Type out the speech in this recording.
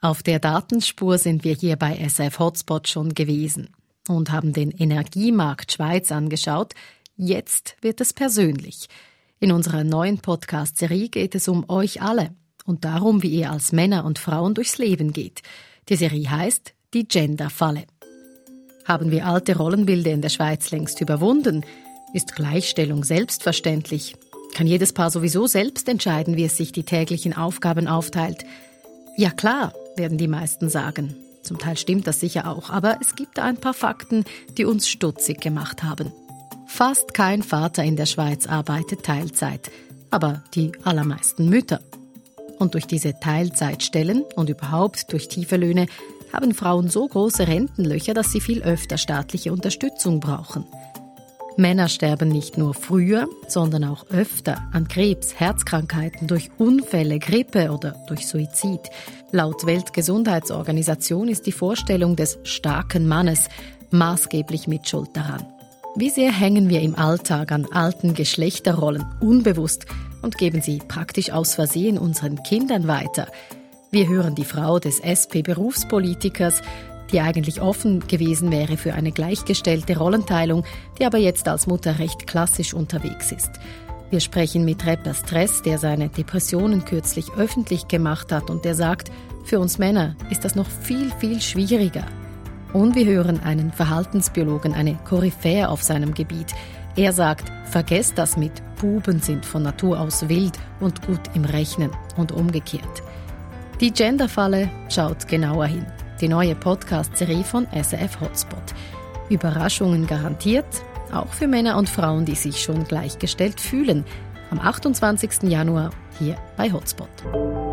Auf der Datenspur sind wir hier bei SRF Hotspot schon gewesen und haben den Energiemarkt Schweiz angeschaut. Jetzt wird es persönlich. In unserer neuen Podcast-Serie geht es um euch alle und darum, wie ihr als Männer und Frauen durchs Leben geht. Die Serie heißt «Die Gender-Falle». Haben wir alte Rollenbilder in der Schweiz längst überwunden? Ist Gleichstellung selbstverständlich? Kann jedes Paar sowieso selbst entscheiden, wie es sich die täglichen Aufgaben aufteilt? Ja klar, werden die meisten sagen. Zum Teil stimmt das sicher auch, aber es gibt ein paar Fakten, die uns stutzig gemacht haben. Fast kein Vater in der Schweiz arbeitet Teilzeit, aber die allermeisten Mütter. Und durch diese Teilzeitstellen und überhaupt durch tiefe Löhne haben Frauen so große Rentenlöcher, dass sie viel öfter staatliche Unterstützung brauchen. Männer sterben nicht nur früher, sondern auch öfter an Krebs, Herzkrankheiten, durch Unfälle, Grippe oder durch Suizid. Laut Weltgesundheitsorganisation ist die Vorstellung des starken Mannes maßgeblich mitschuld daran. Wie sehr hängen wir im Alltag an alten Geschlechterrollen unbewusst und geben sie praktisch aus Versehen unseren Kindern weiter? Wir hören die Frau des SP-Berufspolitikers, die eigentlich offen gewesen wäre für eine gleichgestellte Rollenteilung, die aber jetzt als Mutter recht klassisch unterwegs ist. Wir sprechen mit Rapper Stress, der seine Depressionen kürzlich öffentlich gemacht hat und der sagt, für uns Männer ist das noch viel, viel schwieriger. Und wir hören einen Verhaltensbiologen, eine Koryphäe auf seinem Gebiet. Er sagt, vergesst das mit Buben sind von Natur aus wild und gut im Rechnen und umgekehrt. Die Genderfalle schaut genauer hin. Die neue Podcast-Serie von SRF Hotspot. Überraschungen garantiert, auch für Männer und Frauen, die sich schon gleichgestellt fühlen. Am 28. Januar hier bei Hotspot.